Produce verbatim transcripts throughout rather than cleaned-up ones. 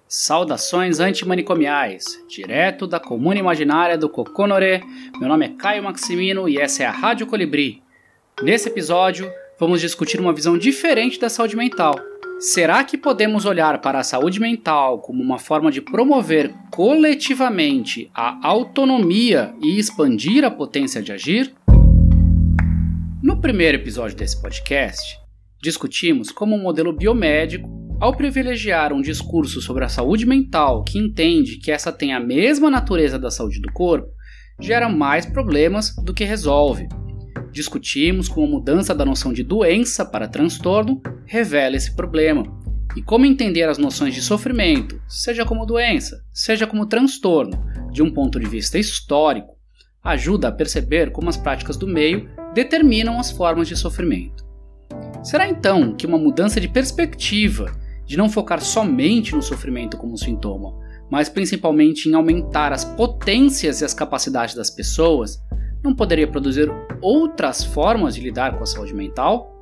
Saudações antimanicomiais, direto da comuna imaginária do Coconore. Meu nome é Caio Maximino e essa é a Rádio Colibri. Nesse episódio, vamos discutir uma visão diferente da saúde mental. Será que podemos olhar para a saúde mental como uma forma de promover coletivamente a autonomia e expandir a potência de agir? No primeiro episódio desse podcast, discutimos como um modelo biomédico, ao privilegiar um discurso sobre a saúde mental que entende que essa tem a mesma natureza da saúde do corpo, gera mais problemas do que resolve. Discutimos como a mudança da noção de doença para transtorno revela esse problema, e como entender as noções de sofrimento, seja como doença, seja como transtorno, de um ponto de vista histórico, ajuda a perceber como as práticas do meio determinam as formas de sofrimento. Será então que uma mudança de perspectiva, de não focar somente no sofrimento como sintoma, mas principalmente em aumentar as potências e as capacidades das pessoas, não poderia produzir outras formas de lidar com a saúde mental?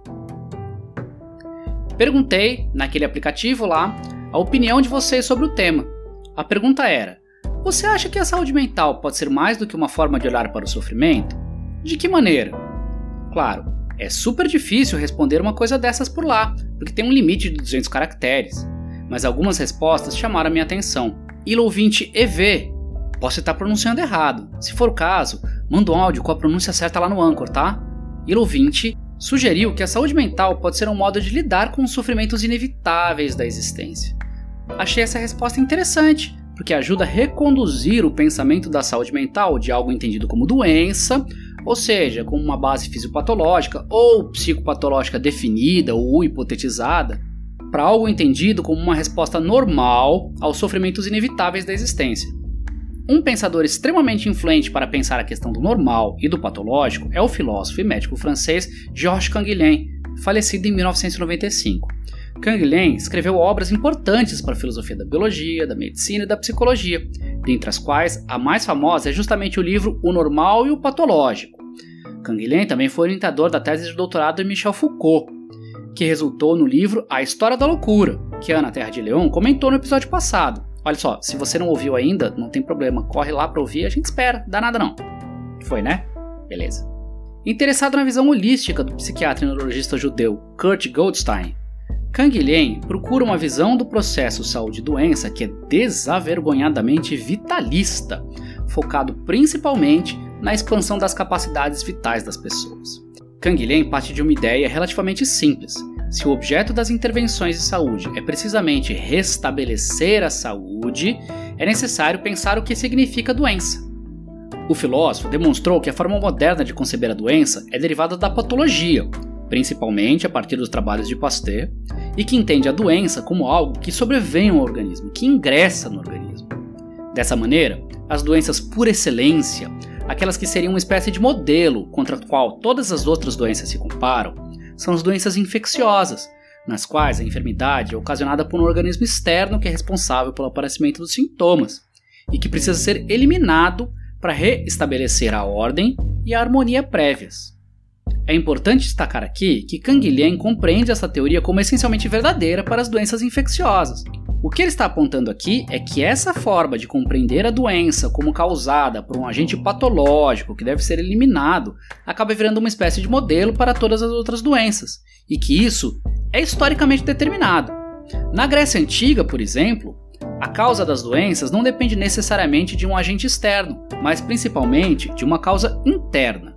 Perguntei, naquele aplicativo lá, a opinião de vocês sobre o tema. A pergunta era: você acha que a saúde mental pode ser mais do que uma forma de olhar para o sofrimento? De que maneira? Claro, é super difícil responder uma coisa dessas por lá, porque tem um limite de duzentos caracteres. Mas algumas respostas chamaram a minha atenção. Ilouvinte E V. Posso estar pronunciando errado. Se for o caso, manda um áudio com a pronúncia certa lá no Anchor, tá? Ilouvinte sugeriu que a saúde mental pode ser um modo de lidar com os sofrimentos inevitáveis da existência. Achei essa resposta interessante, porque ajuda a reconduzir o pensamento da saúde mental de algo entendido como doença, ou seja, como uma base fisiopatológica ou psicopatológica definida ou hipotetizada, para algo entendido como uma resposta normal aos sofrimentos inevitáveis da existência. Um pensador extremamente influente para pensar a questão do normal e do patológico é o filósofo e médico francês Georges Canguilhem, falecido em mil novecentos e noventa e cinco. Canguilhem escreveu obras importantes para a filosofia da biologia, da medicina e da psicologia, dentre as quais a mais famosa é justamente o livro O Normal e o Patológico. Canguilhem também foi orientador da tese de doutorado de Michel Foucault, que resultou no livro A História da Loucura, que a Ana Terra de Leon comentou no episódio passado. Olha só, se você não ouviu ainda, não tem problema, corre lá para ouvir, a gente espera, dá nada não. Foi, né? Beleza. Interessado na visão holística do psiquiatra e neurologista judeu Kurt Goldstein, Canguilhem procura uma visão do processo saúde e doença que é desavergonhadamente vitalista, focado principalmente na expansão das capacidades vitais das pessoas. Canguilhem parte de uma ideia relativamente simples. Se o objeto das intervenções de saúde é precisamente restabelecer a saúde, é necessário pensar o que significa doença. O filósofo demonstrou que a forma moderna de conceber a doença é derivada da patologia, principalmente a partir dos trabalhos de Pasteur, e que entende a doença como algo que sobrevém ao organismo, que ingressa no organismo. Dessa maneira, as doenças por excelência, aquelas que seriam uma espécie de modelo contra a qual todas as outras doenças se comparam, são as doenças infecciosas, nas quais a enfermidade é ocasionada por um organismo externo que é responsável pelo aparecimento dos sintomas, e que precisa ser eliminado para reestabelecer a ordem e a harmonia prévias. É importante destacar aqui que Canguilhem compreende essa teoria como essencialmente verdadeira para as doenças infecciosas. O que ele está apontando aqui é que essa forma de compreender a doença como causada por um agente patológico que deve ser eliminado acaba virando uma espécie de modelo para todas as outras doenças, e que isso é historicamente determinado. Na Grécia Antiga, por exemplo, a causa das doenças não depende necessariamente de um agente externo, mas principalmente de uma causa interna.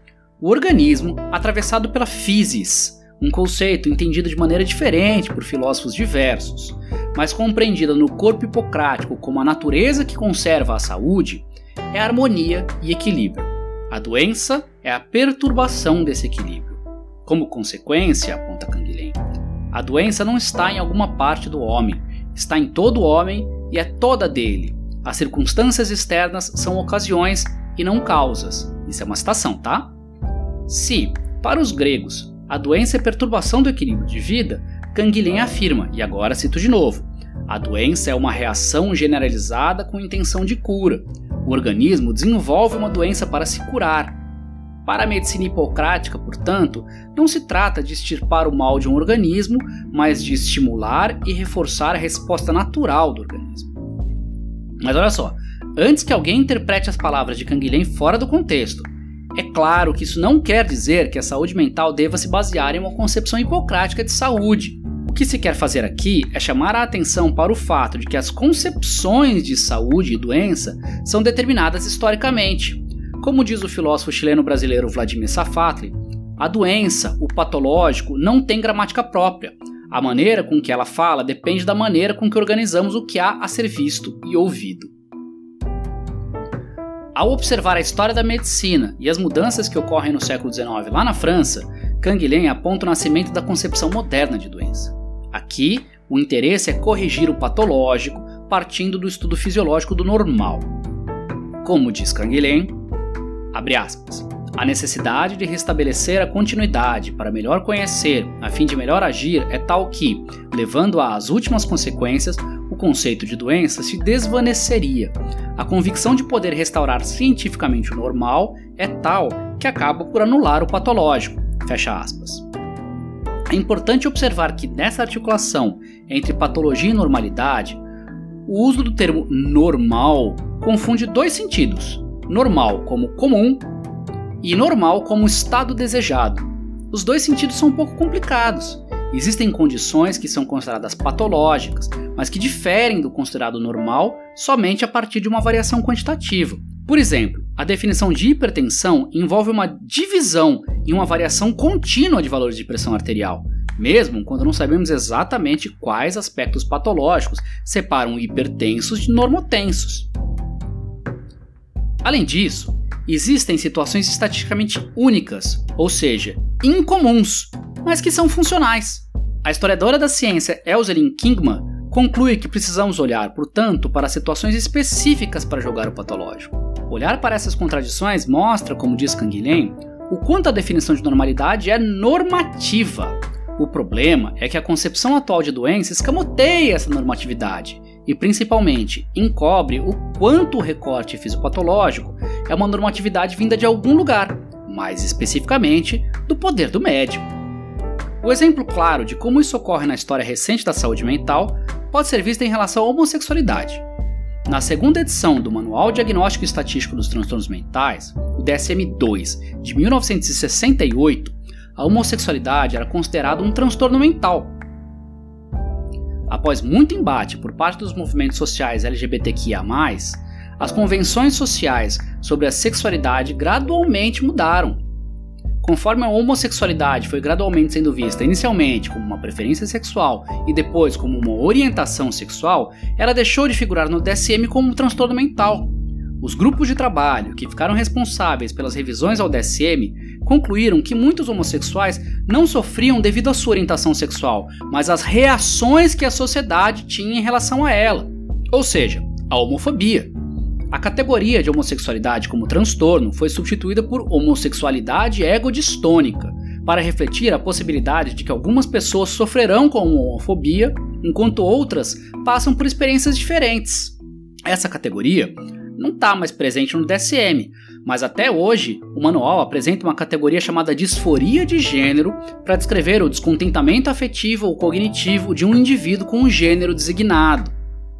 O organismo, atravessado pela physis, um conceito entendido de maneira diferente por filósofos diversos, mas compreendida no corpo hipocrático como a natureza que conserva a saúde, é harmonia e equilíbrio. A doença é a perturbação desse equilíbrio. Como consequência, aponta Canguilhem, a doença não está em alguma parte do homem, está em todo o homem e é toda dele. As circunstâncias externas são ocasiões e não causas. Isso é uma citação, tá? Se, para os gregos, a doença é perturbação do equilíbrio de vida, Canguilhem afirma, e agora cito de novo, a doença é uma reação generalizada com intenção de cura. O organismo desenvolve uma doença para se curar. Para a medicina hipocrática, portanto, não se trata de extirpar o mal de um organismo, mas de estimular e reforçar a resposta natural do organismo. Mas olha só, antes que alguém interprete as palavras de Canguilhem fora do contexto, é claro que isso não quer dizer que a saúde mental deva se basear em uma concepção hipocrática de saúde. O que se quer fazer aqui é chamar a atenção para o fato de que as concepções de saúde e doença são determinadas historicamente. Como diz o filósofo chileno-brasileiro Vladimir Safatli, a doença, o patológico, não tem gramática própria. A maneira com que ela fala depende da maneira com que organizamos o que há a ser visto e ouvido. Ao observar a história da medicina e as mudanças que ocorrem no século dezenove lá na França, Canguilhem aponta o nascimento da concepção moderna de doença. Aqui, o interesse é corrigir o patológico partindo do estudo fisiológico do normal. Como diz Canguilhem, abre aspas, a necessidade de restabelecer a continuidade para melhor conhecer, a fim de melhor agir, é tal que, levando às últimas consequências, o conceito de doença se desvaneceria. A convicção de poder restaurar cientificamente o normal é tal que acaba por anular o patológico. Fecha aspas. É importante observar que nessa articulação entre patologia e normalidade, o uso do termo normal confunde dois sentidos. Normal como comum e normal como estado desejado. Os dois sentidos são um pouco complicados. Existem condições que são consideradas patológicas, mas que diferem do considerado normal somente a partir de uma variação quantitativa. Por exemplo, a definição de hipertensão envolve uma divisão e uma variação contínua de valores de pressão arterial, mesmo quando não sabemos exatamente quais aspectos patológicos separam hipertensos de normotensos. Além disso, existem situações estatisticamente únicas, ou seja, incomuns, mas que são funcionais. A historiadora da ciência Elselyn Kingma conclui que precisamos olhar, portanto, para situações específicas para julgar o patológico. Olhar para essas contradições mostra, como diz Canguilhem, o quanto a definição de normalidade é normativa. O problema é que a concepção atual de doença escamoteia essa normatividade e, principalmente, encobre o quanto o recorte fisiopatológico é uma normatividade vinda de algum lugar, mais especificamente do poder do médico. O exemplo claro de como isso ocorre na história recente da saúde mental pode ser visto em relação à homossexualidade. Na segunda edição do Manual Diagnóstico e Estatístico dos Transtornos Mentais, o D S M dois, de mil novecentos e sessenta e oito, a homossexualidade era considerada um transtorno mental. Após muito embate por parte dos movimentos sociais L G B T Q I A mais, as convenções sociais sobre a sexualidade gradualmente mudaram. Conforme a homossexualidade foi gradualmente sendo vista inicialmente como uma preferência sexual e depois como uma orientação sexual, ela deixou de figurar no D S M como um transtorno mental. Os grupos de trabalho que ficaram responsáveis pelas revisões ao D S M concluíram que muitos homossexuais não sofriam devido à sua orientação sexual, mas às reações que a sociedade tinha em relação a ela, ou seja, a homofobia. A categoria de homossexualidade como transtorno foi substituída por homossexualidade egodistônica, para refletir a possibilidade de que algumas pessoas sofrerão com homofobia, enquanto outras passam por experiências diferentes. Essa categoria não está mais presente no D S M, mas até hoje o manual apresenta uma categoria chamada disforia de gênero para descrever o descontentamento afetivo ou cognitivo de um indivíduo com um gênero designado.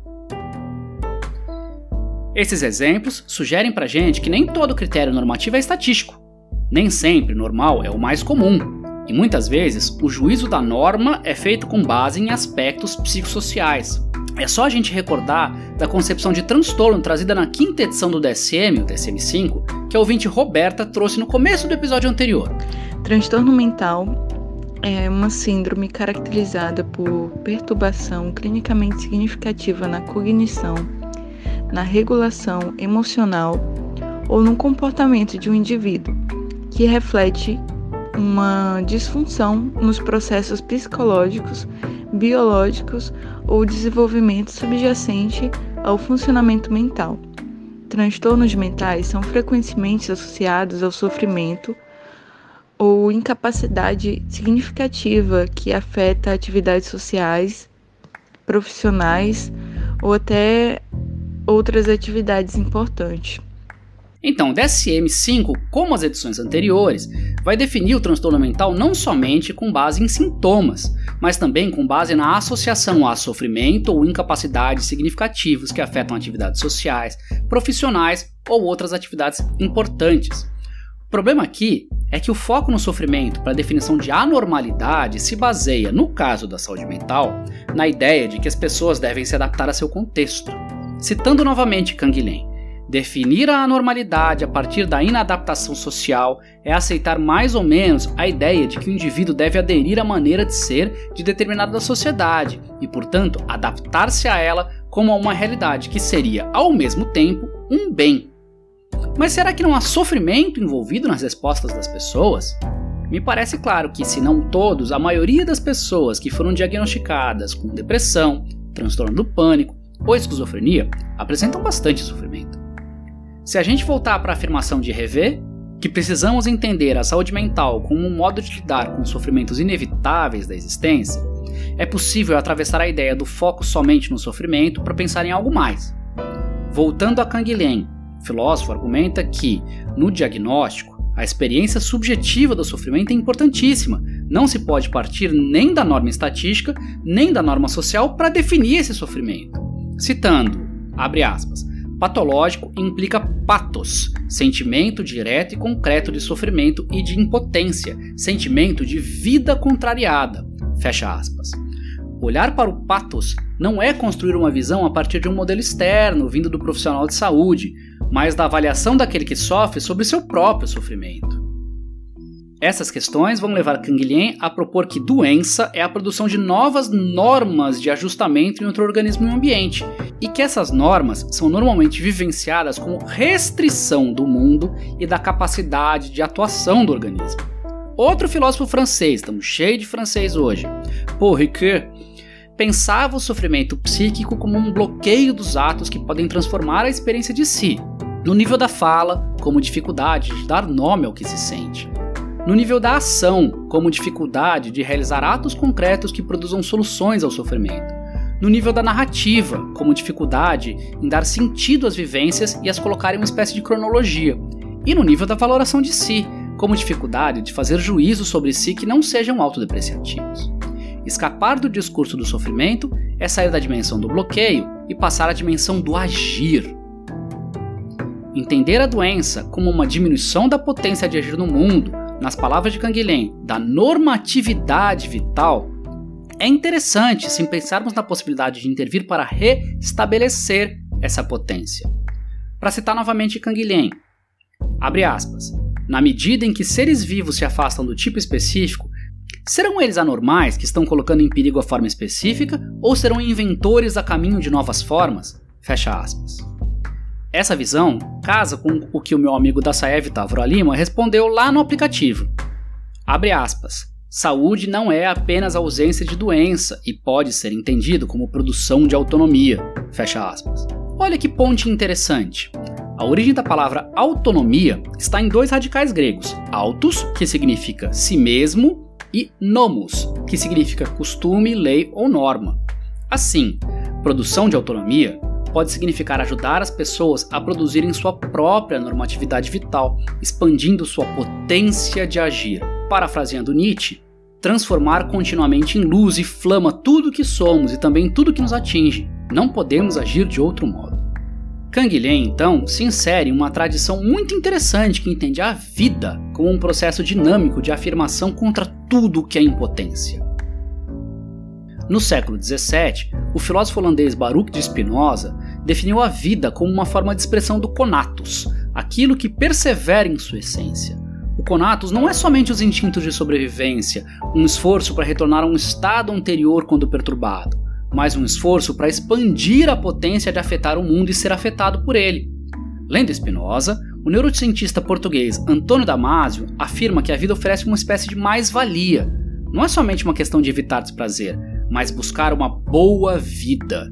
Esses exemplos sugerem pra gente que nem todo critério normativo é estatístico. Nem sempre normal é o mais comum, e muitas vezes o juízo da norma é feito com base em aspectos psicossociais. É só a gente recordar da concepção de transtorno trazida na quinta edição do D S M, o D S M cinco, que a ouvinte Roberta trouxe no começo do episódio anterior. Transtorno mental é uma síndrome caracterizada por perturbação clinicamente significativa na cognição, na regulação emocional ou no comportamento de um indivíduo, que reflete uma disfunção nos processos psicológicos, biológicos ou desenvolvimento subjacente ao funcionamento mental. Transtornos mentais são frequentemente associados ao sofrimento ou incapacidade significativa que afeta atividades sociais, profissionais ou até outras atividades importantes. Então, o D S M cinco, como as edições anteriores, vai definir o transtorno mental não somente com base em sintomas, mas também com base na associação a sofrimento ou incapacidades significativos que afetam atividades sociais, profissionais ou outras atividades importantes. O problema aqui é que o foco no sofrimento para a definição de anormalidade se baseia, no caso da saúde mental, na ideia de que as pessoas devem se adaptar a seu contexto. Citando novamente Canguilhem, definir a anormalidade a partir da inadaptação social é aceitar mais ou menos a ideia de que o indivíduo deve aderir à maneira de ser de determinada sociedade e, portanto, adaptar-se a ela como a uma realidade que seria, ao mesmo tempo, um bem. Mas será que não há sofrimento envolvido nas respostas das pessoas? Me parece claro que, se não todos, a maioria das pessoas que foram diagnosticadas com depressão, transtorno do pânico ou esquizofrenia apresentam bastante sofrimento. Se a gente voltar para a afirmação de Revé, que precisamos entender a saúde mental como um modo de lidar com os sofrimentos inevitáveis da existência, é possível atravessar a ideia do foco somente no sofrimento para pensar em algo mais. Voltando a Canguilhem, o filósofo argumenta que, no diagnóstico, a experiência subjetiva do sofrimento é importantíssima. Não se pode partir nem da norma estatística, nem da norma social para definir esse sofrimento. Citando, abre aspas, patológico implica pathos, sentimento direto e concreto de sofrimento e de impotência, sentimento de vida contrariada, fecha aspas. Olhar para o pathos não é construir uma visão a partir de um modelo externo vindo do profissional de saúde, mas da avaliação daquele que sofre sobre seu próprio sofrimento. Essas questões vão levar Canguilhem a propor que doença é a produção de novas normas de ajustamento entre o organismo e o ambiente, e que essas normas são normalmente vivenciadas como restrição do mundo e da capacidade de atuação do organismo. Outro filósofo francês, estamos cheios de francês hoje, Paul Ricoeur, pensava o sofrimento psíquico como um bloqueio dos atos que podem transformar a experiência de si, no nível da fala, como dificuldade de dar nome ao que se sente, no nível da ação, como dificuldade de realizar atos concretos que produzam soluções ao sofrimento, no nível da narrativa, como dificuldade em dar sentido às vivências e as colocar em uma espécie de cronologia, e no nível da valoração de si, como dificuldade de fazer juízos sobre si que não sejam autodepreciativos. Escapar do discurso do sofrimento é sair da dimensão do bloqueio e passar à dimensão do agir. Entender a doença como uma diminuição da potência de agir no mundo, nas palavras de Canguilhem, da normatividade vital, é interessante se pensarmos na possibilidade de intervir para restabelecer essa potência. Para citar novamente Canguilhem, abre aspas, na medida em que seres vivos se afastam do tipo específico, serão eles anormais que estão colocando em perigo a forma específica ou serão inventores a caminho de novas formas? Fecha aspas. Essa visão casa com o que o meu amigo Dassaev Távora Lima respondeu lá no aplicativo. Abre aspas. Saúde não é apenas ausência de doença e pode ser entendido como produção de autonomia. Fecha aspas. Olha que ponte interessante. A origem da palavra autonomia está em dois radicais gregos. Autos, que significa si mesmo, e nomos, que significa costume, lei ou norma. Assim, produção de autonomia pode significar ajudar as pessoas a produzirem sua própria normatividade vital, expandindo sua potência de agir. Parafraseando Nietzsche, transformar continuamente em luz e flama tudo o que somos e também tudo que nos atinge. Não podemos agir de outro modo. Canguilhem, então, se insere em uma tradição muito interessante que entende a vida como um processo dinâmico de afirmação contra tudo o que é impotência. No século dezessete, o filósofo holandês Baruch de Spinoza definiu a vida como uma forma de expressão do conatus, aquilo que persevera em sua essência. O conatus não é somente os instintos de sobrevivência, um esforço para retornar a um estado anterior quando perturbado, mas um esforço para expandir a potência de afetar o mundo e ser afetado por ele. Lendo Spinoza, o neurocientista português Antônio Damasio afirma que a vida oferece uma espécie de mais-valia. Não é somente uma questão de evitar desprazer, mas buscar uma boa vida.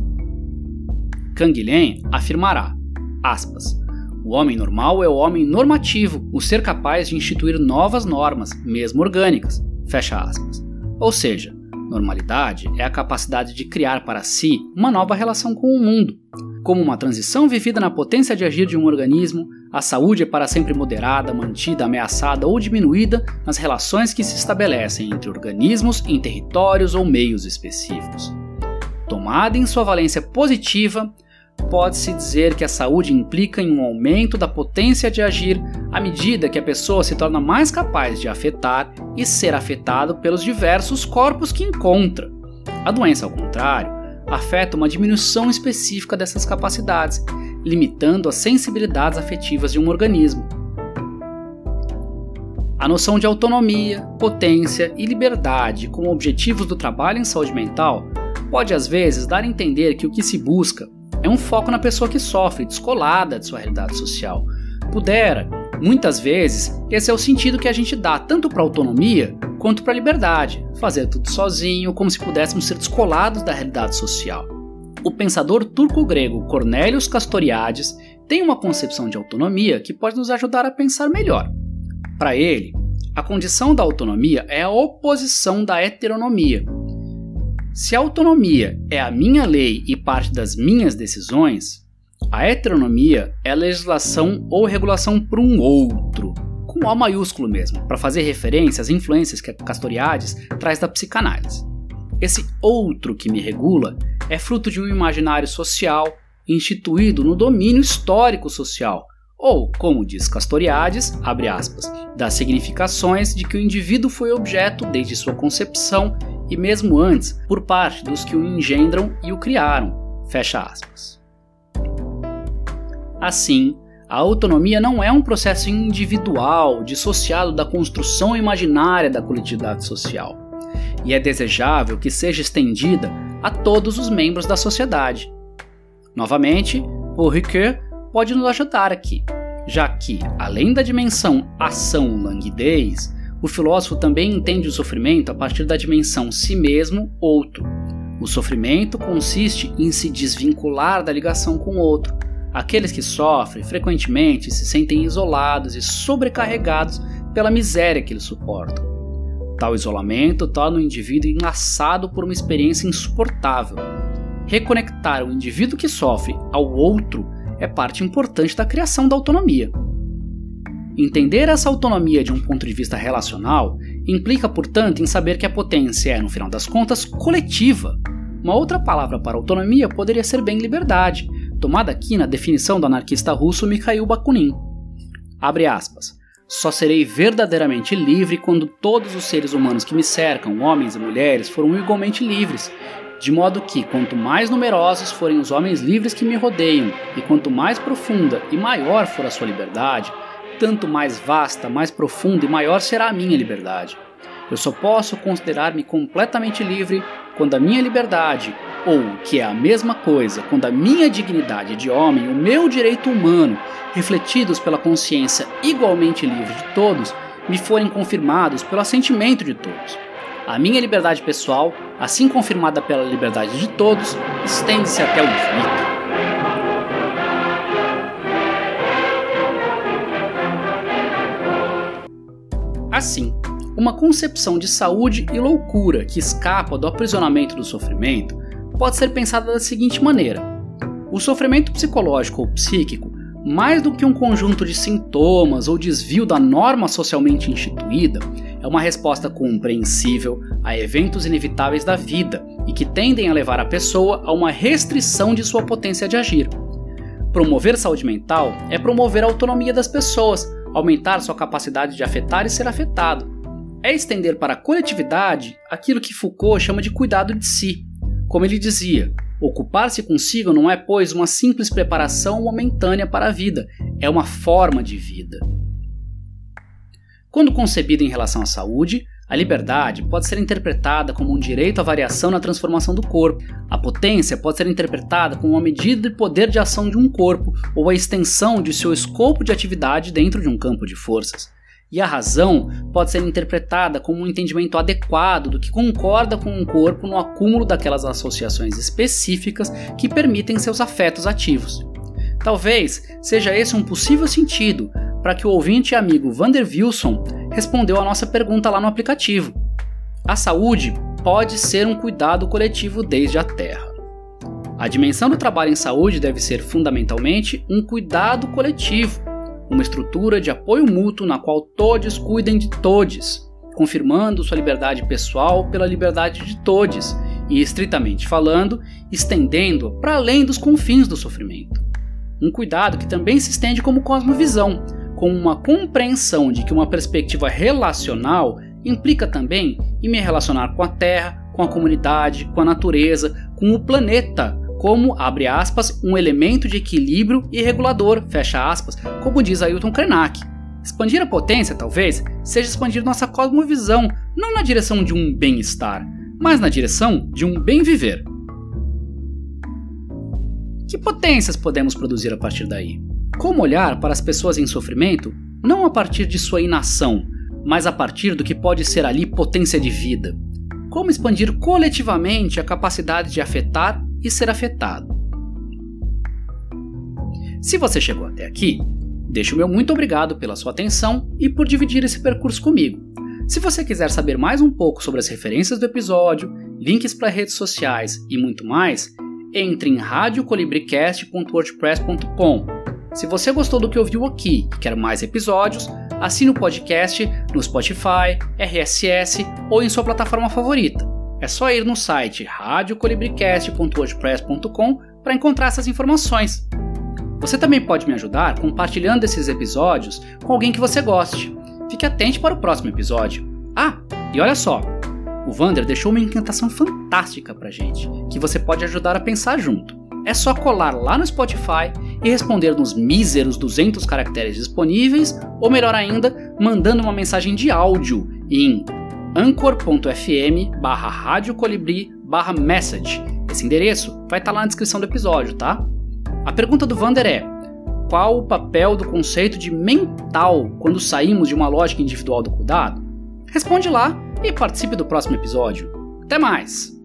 Canguilhem afirmará, aspas, o homem normal é o homem normativo, o ser capaz de instituir novas normas, mesmo orgânicas, fecha aspas. Ou seja, normalidade é a capacidade de criar para si uma nova relação com o mundo. Como uma transição vivida na potência de agir de um organismo, A saúde é para sempre moderada, mantida, ameaçada ou diminuída nas relações que se estabelecem entre organismos, em territórios ou meios específicos. Tomada em sua valência positiva, pode-se dizer que a saúde implica em um aumento da potência de agir à medida que a pessoa se torna mais capaz de afetar e ser afetado pelos diversos corpos que encontra. A doença, ao contrário, afeta uma diminuição específica dessas capacidades, limitando as sensibilidades afetivas de um organismo. A noção de autonomia, potência e liberdade como objetivos do trabalho em saúde mental pode às vezes dar a entender que o que se busca é um foco na pessoa que sofre, descolada de sua realidade social. Pudera, muitas vezes, esse é o sentido que a gente dá tanto para a autonomia quanto para a liberdade, fazer tudo sozinho, como se pudéssemos ser descolados da realidade social. O pensador turco-grego Cornélios Castoriadis tem uma concepção de autonomia que pode nos ajudar a pensar melhor. Para ele, a condição da autonomia é a oposição da heteronomia. Se a autonomia é a minha lei e parte das minhas decisões, a heteronomia é a legislação ou regulação por um outro, com O maiúsculo mesmo, para fazer referência às influências que Castoriadis traz da psicanálise. Esse outro que me regula é fruto de um imaginário social instituído no domínio histórico social, ou, como diz Castoriadis, abre aspas, das significações de que o indivíduo foi objeto desde sua concepção e mesmo antes por parte dos que o engendram e o criaram, fecha aspas. Assim, a autonomia não é um processo individual dissociado da construção imaginária da coletividade social, e é desejável que seja estendida a todos os membros da sociedade. Novamente, Paul Ricoeur pode nos ajudar aqui, já que, além da dimensão ação-languidez, o filósofo também entende o sofrimento a partir da dimensão si mesmo, outro. O sofrimento consiste em se desvincular da ligação com o outro. Aqueles que sofrem frequentemente se sentem isolados e sobrecarregados pela miséria que eles suportam. Tal isolamento torna o indivíduo enlaçado por uma experiência insuportável. Reconectar o indivíduo que sofre ao outro é parte importante da criação da autonomia. Entender essa autonomia de um ponto de vista relacional implica, portanto, em saber que a potência é, no final das contas, coletiva. Uma outra palavra para autonomia poderia ser bem liberdade, tomada aqui na definição do anarquista russo Mikhail Bakunin. Abre aspas. Só serei verdadeiramente livre quando todos os seres humanos que me cercam, homens e mulheres, foram igualmente livres, de modo que, quanto mais numerosos forem os homens livres que me rodeiam, e quanto mais profunda e maior for a sua liberdade, tanto mais vasta, mais profunda e maior será a minha liberdade. Eu só posso considerar-me completamente livre quando a minha liberdade, ou, que é a mesma coisa, quando a minha dignidade de homem e o meu direito humano, refletidos pela consciência igualmente livre de todos, me forem confirmados pelo assentimento de todos. A minha liberdade pessoal, assim confirmada pela liberdade de todos, estende-se até o infinito. Assim, uma concepção de saúde e loucura que escapa do aprisionamento do sofrimento pode ser pensada da seguinte maneira: o sofrimento psicológico ou psíquico, mais do que um conjunto de sintomas ou desvio da norma socialmente instituída, é uma resposta compreensível a eventos inevitáveis da vida e que tendem a levar a pessoa a uma restrição de sua potência de agir. Promover saúde mental é promover a autonomia das pessoas, aumentar sua capacidade de afetar e ser afetado. É estender para a coletividade aquilo que Foucault chama de cuidado de si. Como ele dizia, ocupar-se consigo não é, pois, uma simples preparação momentânea para a vida, é uma forma de vida. Quando concebida em relação à saúde, a liberdade pode ser interpretada como um direito à variação na transformação do corpo. A potência pode ser interpretada como uma medida de poder de ação de um corpo ou a extensão de seu escopo de atividade dentro de um campo de forças. E a razão pode ser interpretada como um entendimento adequado do que concorda com um corpo no acúmulo daquelas associações específicas que permitem seus afetos ativos. Talvez seja esse um possível sentido para que o ouvinte e amigo Vander Wilson respondeu a nossa pergunta lá no aplicativo. A saúde pode ser um cuidado coletivo desde a Terra. A dimensão do trabalho em saúde deve ser fundamentalmente um cuidado coletivo. uma estrutura de apoio mútuo na qual todos cuidem de todos, confirmando sua liberdade pessoal pela liberdade de todos e, estritamente falando, estendendo para além dos confins do sofrimento. Um cuidado que também se estende como cosmovisão, com uma compreensão de que uma perspectiva relacional implica também em me relacionar com a Terra, com a comunidade, com a natureza, com o planeta, como, abre aspas, um elemento de equilíbrio e regulador, fecha aspas, como diz Ailton Krenak. Expandir a potência, talvez, seja expandir nossa cosmovisão, não na direção de um bem-estar, mas na direção de um bem-viver. Que potências podemos produzir a partir daí? Como olhar para as pessoas em sofrimento não a partir de sua inação, mas a partir do que pode ser ali potência de vida? Como expandir coletivamente a capacidade de afetar e ser afetado? Se você chegou até aqui, deixo o meu muito obrigado pela sua atenção e por dividir esse percurso comigo. Se você quiser saber mais um pouco sobre as referências do episódio, links para redes sociais e muito mais, entre em radio colibricast ponto wordpress ponto com. Se você gostou do que ouviu aqui e quer mais episódios, assine o podcast no Spotify, R S S ou em sua plataforma favorita. É só ir no site radio colibricast ponto wordpress ponto com para encontrar essas informações. Você também pode me ajudar compartilhando esses episódios com alguém que você goste. Fique atento para o próximo episódio. Ah, e olha só, o Vander deixou uma encantação fantástica pra gente, que você pode ajudar a pensar junto. É só colar lá no Spotify e responder nos míseros duzentos caracteres disponíveis, ou melhor ainda, mandando uma mensagem de áudio em anchor ponto f m barra radio colibri barra message. Esse endereço vai estar lá na descrição do episódio, tá? A pergunta do Vander é: qual o papel do conceito de mental quando saímos de uma lógica individual do cuidado? Responde lá e participe do próximo episódio. Até mais!